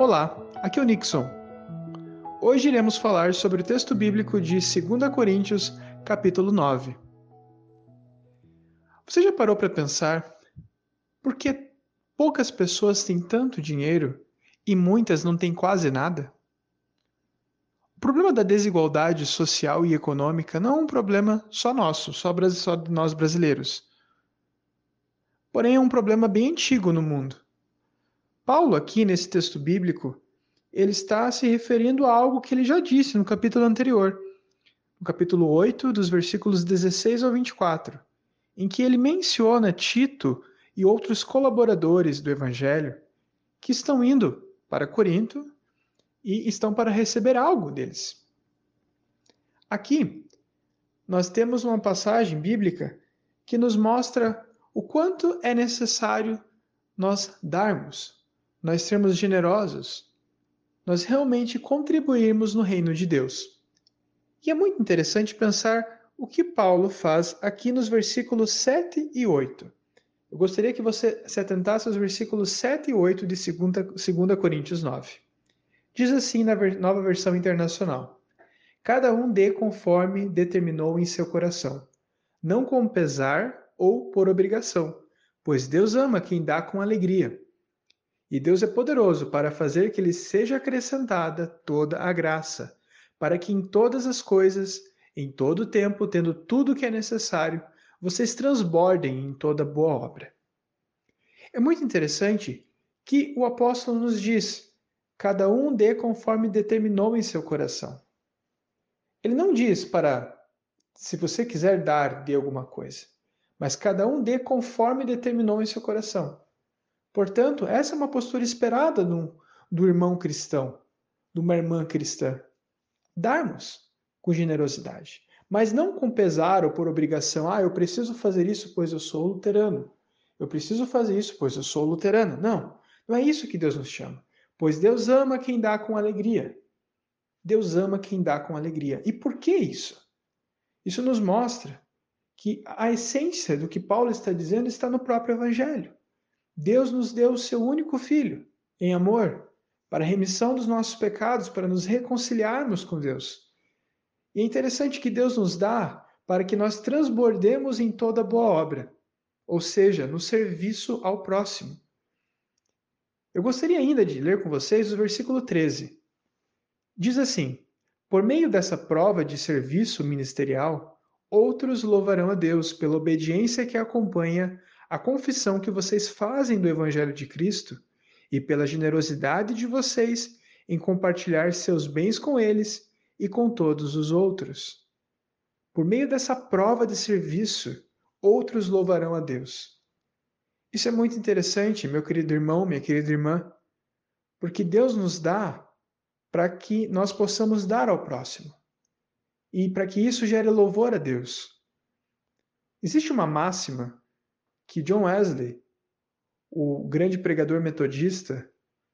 Olá, aqui é o Nixon. Hoje iremos falar sobre o texto bíblico de 2 Coríntios, capítulo 9. Você já parou para pensar por que poucas pessoas têm tanto dinheiro e muitas não têm quase nada? O problema da desigualdade social e econômica não é um problema só nosso, só de nós brasileiros. Porém, é um problema bem antigo no mundo. Paulo, aqui nesse texto bíblico, ele está se referindo a algo que ele já disse no capítulo anterior, no capítulo 8, dos versículos 16 ao 24, em que ele menciona Tito e outros colaboradores do Evangelho que estão indo para Corinto e estão para receber algo deles. Aqui, nós temos uma passagem bíblica que nos mostra o quanto é necessário nós darmos, nós sermos generosos, nós realmente contribuirmos no reino de Deus. E é muito interessante pensar o que Paulo faz aqui nos versículos 7 e 8. Eu gostaria que você se atentasse aos versículos 7 e 8 de 2 Coríntios 9. Diz assim na nova versão internacional: Cada um dê conforme determinou em seu coração, não com pesar ou por obrigação, pois Deus ama quem dá com alegria. E Deus é poderoso para fazer que lhe seja acrescentada toda a graça, para que em todas as coisas, em todo o tempo, tendo tudo o que é necessário, vocês transbordem em toda boa obra. É muito interessante que o apóstolo nos diz: cada um dê conforme determinou em seu coração. Ele não diz para, se você quiser dar, dê alguma coisa, mas cada um dê conforme determinou em seu coração. Portanto, essa é uma postura esperada do irmão cristão, de uma irmã cristã. Darmos com generosidade, mas não com pesar ou por obrigação. Eu preciso fazer isso pois eu sou luterano. Eu preciso fazer isso pois eu sou luterana. Não, não é isso que Deus nos chama. Pois Deus ama quem dá com alegria. Deus ama quem dá com alegria. E por que isso? Isso nos mostra que a essência do que Paulo está dizendo está no próprio Evangelho. Deus nos deu o seu único Filho, em amor, para a remissão dos nossos pecados, para nos reconciliarmos com Deus. E é interessante que Deus nos dá para que nós transbordemos em toda boa obra, ou seja, no serviço ao próximo. Eu gostaria ainda de ler com vocês o versículo 13. Diz assim: Por meio dessa prova de serviço ministerial, outros louvarão a Deus pela obediência que acompanha a confissão que vocês fazem do Evangelho de Cristo e pela generosidade de vocês em compartilhar seus bens com eles e com todos os outros. Por meio dessa prova de serviço, outros louvarão a Deus. Isso é muito interessante, meu querido irmão, minha querida irmã, porque Deus nos dá para que nós possamos dar ao próximo e para que isso gere louvor a Deus. Existe uma máxima que John Wesley, o grande pregador metodista,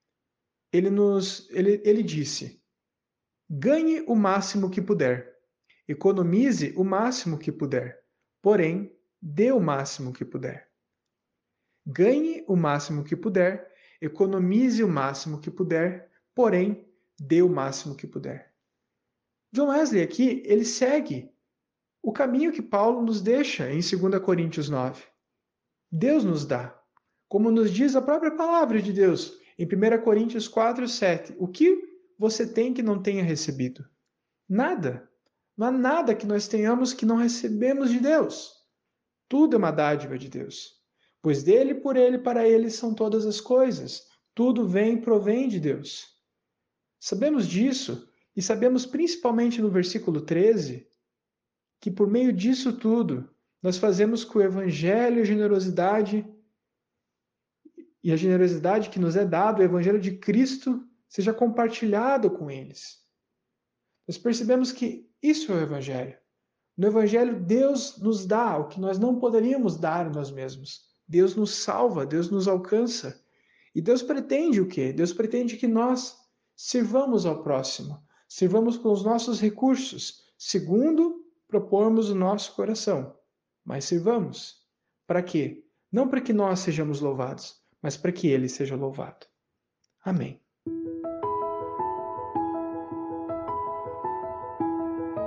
ele disse: ganhe o máximo que puder, economize o máximo que puder, porém, dê o máximo que puder. Ganhe o máximo que puder, economize o máximo que puder, porém, dê o máximo que puder. John Wesley aqui, ele segue o caminho que Paulo nos deixa em 2 Coríntios 9. Deus nos dá, como nos diz a própria palavra de Deus, em 1 Coríntios 4, 7. O que você tem que não tenha recebido? Nada. Não há nada que nós tenhamos que não recebemos de Deus. Tudo é uma dádiva de Deus. Pois dele, por ele, para ele são todas as coisas. Tudo vem e provém de Deus. Sabemos disso e sabemos principalmente no versículo 13 que por meio disso tudo nós fazemos que o evangelho e a generosidade que nos é dado, o evangelho de Cristo, seja compartilhado com eles. Nós percebemos que isso é o evangelho. No evangelho, Deus nos dá o que nós não poderíamos dar a nós mesmos. Deus nos salva, Deus nos alcança. E Deus pretende o quê? Deus pretende que nós sirvamos ao próximo, sirvamos com os nossos recursos, segundo propormos o nosso coração. Mas sirvamos. Para quê? Não para que nós sejamos louvados, mas para que Ele seja louvado. Amém.